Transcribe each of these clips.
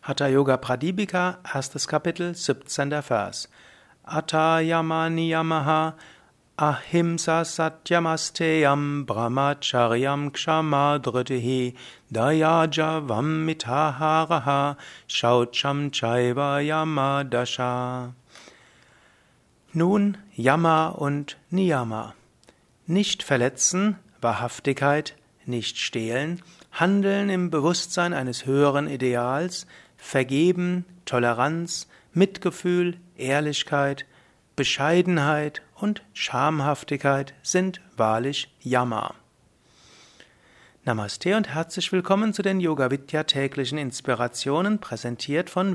Hatha Yoga Pradipika, erstes Kapitel, 17. Vers. Atha yama niyamaha ahimsa satyamasteyam brahmacharyam kshama dhritihi dayajavam mitaharaha shaucham chaiva yama dasha. Nun Yama und Niyama. Nicht verletzen, Wahrhaftigkeit, nicht stehlen, handeln im Bewusstsein eines höheren Ideals, Vergeben, Toleranz, Mitgefühl, Ehrlichkeit, Bescheidenheit und Schamhaftigkeit sind wahrlich Yama. Namaste und herzlich willkommen zu den Yoga Vidya täglichen Inspirationen, präsentiert von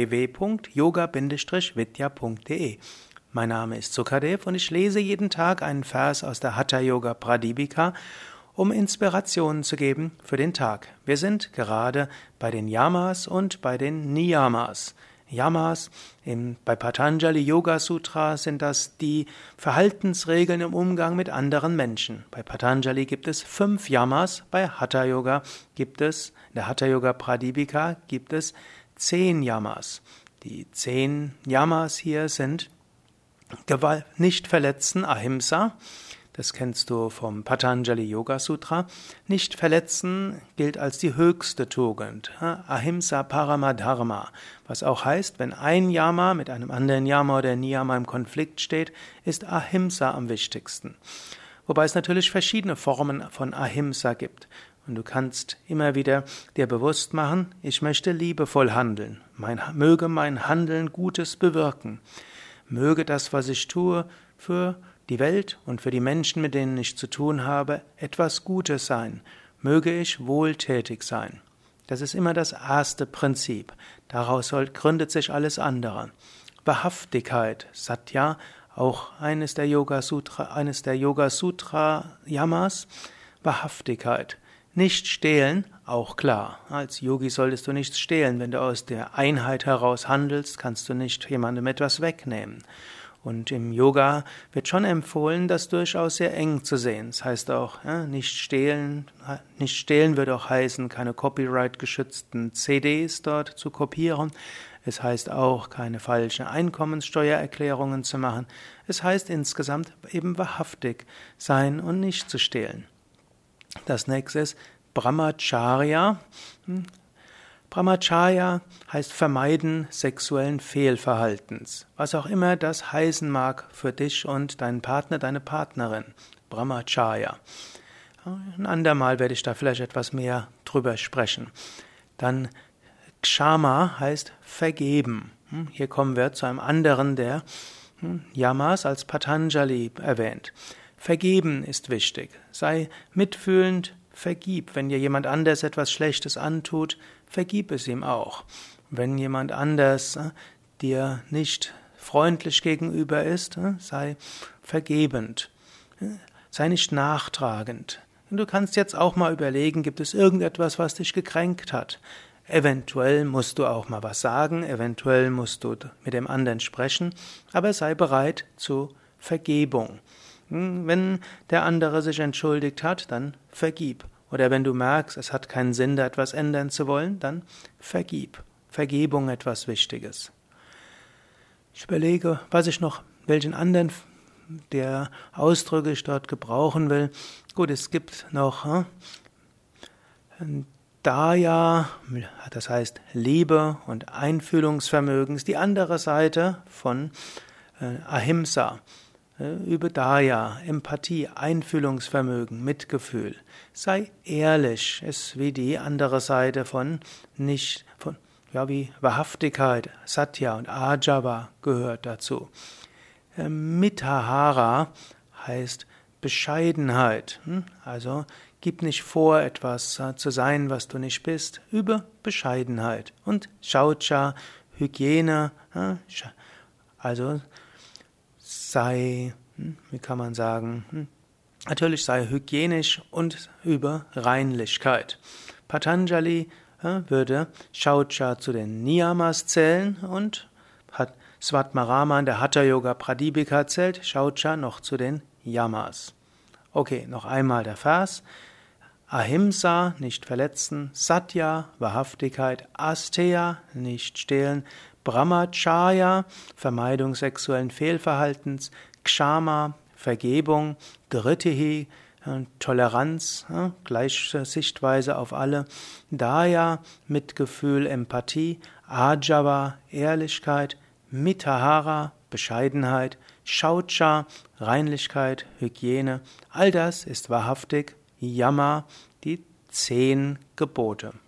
www.yoga-vidya.de. Mein Name ist Sukadev und ich lese jeden Tag einen Vers aus der Hatha Yoga Pradipika, um Inspirationen zu geben für den Tag. Wir sind gerade bei den Yamas und bei den Niyamas. Yamas bei Patanjali Yoga Sutra sind das die Verhaltensregeln im Umgang mit anderen Menschen. Bei Patanjali gibt es 5 Yamas, bei Hatha Yoga in der Hatha Yoga Pradipika gibt es 10 Yamas. Die 10 Yamas hier sind Gewalt, nicht verletzen, Ahimsa. Das kennst du vom Patanjali Yoga Sutra. Nicht verletzen gilt als die höchste Tugend. Ahimsa Paramadharma. Was auch heißt, wenn ein Yama mit einem anderen Yama oder Niyama im Konflikt steht, ist Ahimsa am wichtigsten. Wobei es natürlich verschiedene Formen von Ahimsa gibt. Und du kannst immer wieder dir bewusst machen, ich möchte liebevoll handeln. Möge mein Handeln Gutes bewirken. Möge das, was ich tue, für die Welt und für die Menschen, mit denen ich zu tun habe, etwas Gutes sein. Möge ich wohltätig sein. Das ist immer das erste Prinzip. Daraus gründet sich alles andere. Wahrhaftigkeit, Satya, auch eines der Yoga Sutra Yamas. Wahrhaftigkeit. Nicht stehlen, auch klar. Als Yogi solltest du nichts stehlen. Wenn du aus der Einheit heraus handelst, kannst du nicht jemandem etwas wegnehmen. Und im Yoga wird schon empfohlen, das durchaus sehr eng zu sehen. Das heißt auch, nicht stehlen. Nicht stehlen würde auch heißen, keine copyright-geschützten CDs dort zu kopieren. Es heißt auch, keine falschen Einkommenssteuererklärungen zu machen. Es heißt insgesamt eben wahrhaftig sein und nicht zu stehlen. Das nächste ist Brahmacharya. Brahmacharya heißt Vermeiden sexuellen Fehlverhaltens. Was auch immer das heißen mag für dich und deinen Partner, deine Partnerin. Brahmacharya. Ein andermal werde ich da vielleicht etwas mehr drüber sprechen. Dann Kshama heißt vergeben. Hier kommen wir zu einem anderen der Yamas als Patanjali erwähnt. Vergeben ist wichtig. Sei mitfühlend, vergib. Wenn dir jemand anders etwas Schlechtes antut, vergib es ihm auch. Wenn jemand anders dir nicht freundlich gegenüber ist, sei vergebend. Sei nicht nachtragend. Und du kannst jetzt auch mal überlegen, gibt es irgendetwas, was dich gekränkt hat? Eventuell musst du auch mal was sagen, eventuell musst du mit dem anderen sprechen, aber sei bereit zu Vergebung. Wenn der andere sich entschuldigt hat, dann vergib. Oder wenn du merkst, es hat keinen Sinn, da etwas ändern zu wollen, dann vergib. Vergebung etwas Wichtiges. Ich überlege, welchen anderen der Ausdrücke ich dort gebrauchen will. Gut, es gibt noch Daya, das heißt Liebe und Einfühlungsvermögen, ist die andere Seite von Ahimsa. Übe Daya, Empathie, Einfühlungsvermögen, Mitgefühl. Sei ehrlich, ist wie die andere Seite wie Wahrhaftigkeit, Satya und Ajava gehört dazu. Mitahara heißt Bescheidenheit. Also gib nicht vor, etwas zu sein, was du nicht bist. Übe Bescheidenheit. Und Shaucha, Hygiene, also natürlich sei hygienisch und übe Reinlichkeit. Patanjali würde Shaucha zu den Niyamas zählen und Svatmarama in der Hatha Yoga Pradipika zählt Shaucha noch zu den Yamas. Okay, noch einmal der Vers. Ahimsa, nicht verletzen, Satya, Wahrhaftigkeit, Asteya, nicht stehlen, Brahmacharya, Vermeidung sexuellen Fehlverhaltens, Kshama, Vergebung, Dhritihi, Toleranz, gleiche Sichtweise auf alle, Daya, Mitgefühl, Empathie, Ajava, Ehrlichkeit, Mitahara, Bescheidenheit, Shaucha, Reinlichkeit, Hygiene, all das ist wahrhaftig Yama, die 10 Gebote.